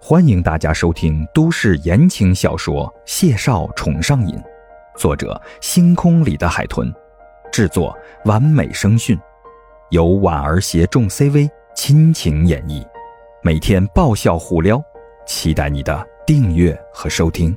欢迎大家收听都市言情小说《谢少宠上瘾》，作者星空里的海豚，制作完美声讯，由婉儿携众 CV 亲情演绎，每天爆笑互撩，期待你的订阅和收听。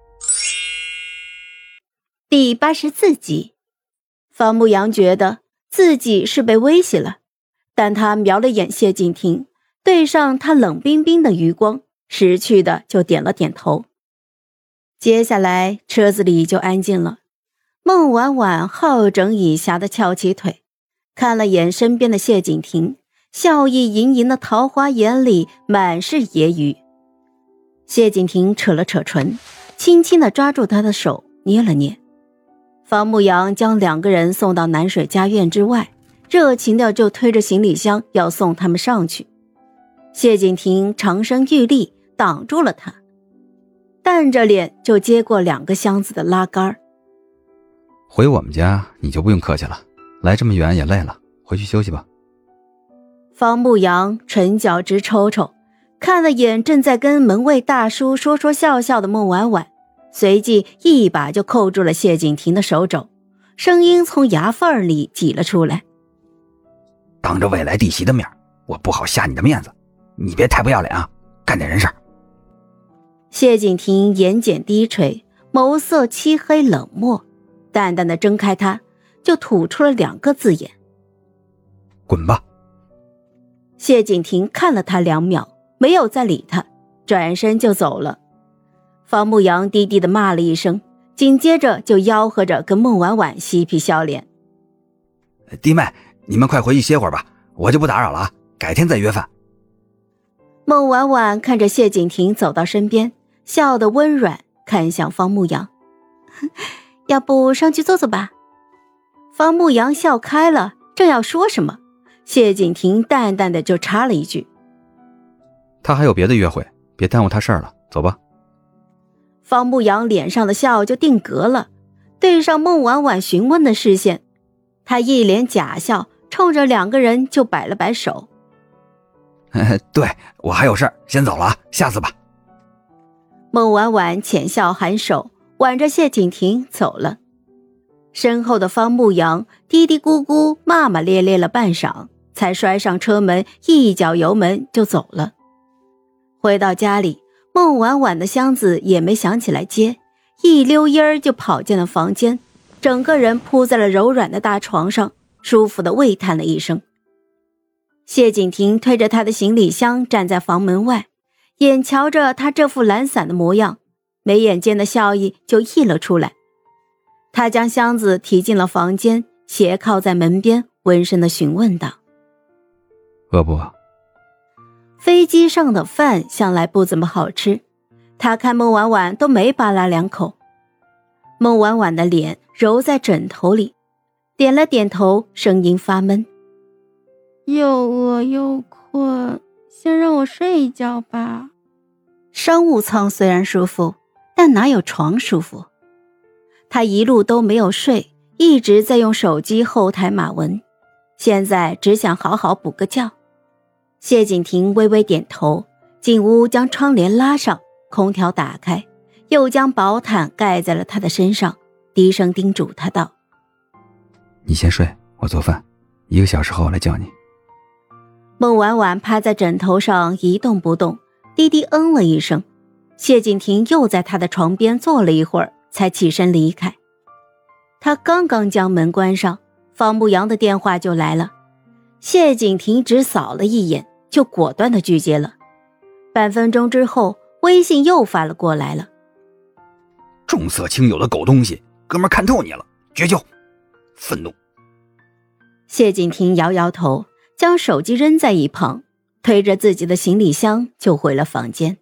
第84集，方牧阳觉得自己是被威胁了，但他瞄了眼谢景亭，对上他冷冰冰的余光，识趣的就点了点头。接下来车子里就安静了。孟婉婉好整以暇的翘起腿，看了眼身边的谢景亭，笑意盈盈的桃花眼里满是揶揄。谢景亭扯了扯唇，轻轻地抓住他的手捏了捏。方牧阳将两个人送到南水家院之外，热情的就推着行李箱要送他们上去。谢景亭长身玉立挡住了他，淡着脸就接过两个箱子的拉杆。 回我们家你就不用客气了，来这么远也累了，回去休息吧。 方牧阳唇角直抽抽，看了眼正在跟门卫大叔说说笑笑的孟婉婉，随即一把就扣住了谢景亭的手肘，声音从牙缝里挤了出来。 当着未来弟媳的面，我不好下你的面子，你别太不要脸啊，干点人事。 谢景亭眼睑低垂，眸色漆黑冷漠，淡淡的睁开它，就吐出了两个字眼： 滚吧。 谢景亭看了他2秒，没有再理他，转身就走了。方牧阳低低的骂了一声，紧接着就吆喝着跟孟婉婉嬉皮笑脸： 弟妹，你们快回去歇会儿吧，我就不打扰了啊，改天再约饭。 孟婉婉看着谢景亭走到身边，笑得温软，看向方牧阳：要不上去坐坐吧。方牧阳笑开了，正要说什么，谢景亭淡淡的就插了一句： 他还有别的约会，别耽误他事儿了，走吧。 方牧阳脸上的笑就定格了，对上孟婉婉询问的视线，他一脸假笑，冲着两个人就摆了摆手： 对，我还有事儿，先走了啊，下次吧。 孟婉婉浅笑颔首，挽着谢景亭走了。身后的方牧阳嘀嘀咕咕骂骂咧咧了半晌，才摔上车门，一脚油门就走了。回到家里，孟婉婉的箱子也没想起来接，一溜烟儿就跑进了房间，整个人扑在了柔软的大床上，舒服地喟叹了一声。谢景亭推着他的行李箱站在房门外，眼瞧着他这副懒散的模样，眉眼间的笑意就溢了出来。他将箱子提进了房间，斜靠在门边，温声地询问道： 饿不饿？ 飞机上的饭向来不怎么好吃，他看孟婉婉都没扒拉2口。孟婉婉的脸揉在枕头里，点了点头，声音发闷： 又饿又困，先让我睡一觉吧。 商务舱虽然舒服，但哪有床舒服？他一路都没有睡，一直在用手机后台码文，现在只想好好补个觉。谢景亭微微点头，进屋将窗帘拉上，空调打开，又将薄毯盖在了他的身上，低声叮嘱他道： 你先睡，我做饭，1个小时后来叫你。 孟婉婉趴在枕头上一动不动，低低嗯了一声。谢景亭又在他的床边坐了一会儿，才起身离开。他刚刚将门关上，方牧阳的电话就来了。谢景亭只扫了一眼，就果断地拒接了。半分钟之后，微信又发了过来了： 重色轻友的狗东西，哥们看透你了，绝交，愤怒。 谢景亭摇摇头，将手机扔在一旁，推着自己的行李箱就回了房间。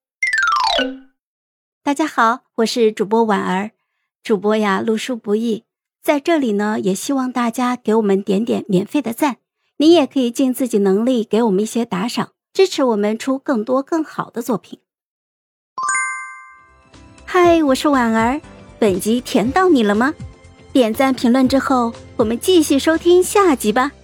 大家好，我是主播婉儿。主播呀，录书不易，在这里呢，也希望大家给我们点点免费的赞，你也可以尽自己能力给我们一些打赏，支持我们出更多更好的作品。嗨，我是婉儿，本集甜到你了吗？点赞评论之后，我们继续收听下集吧。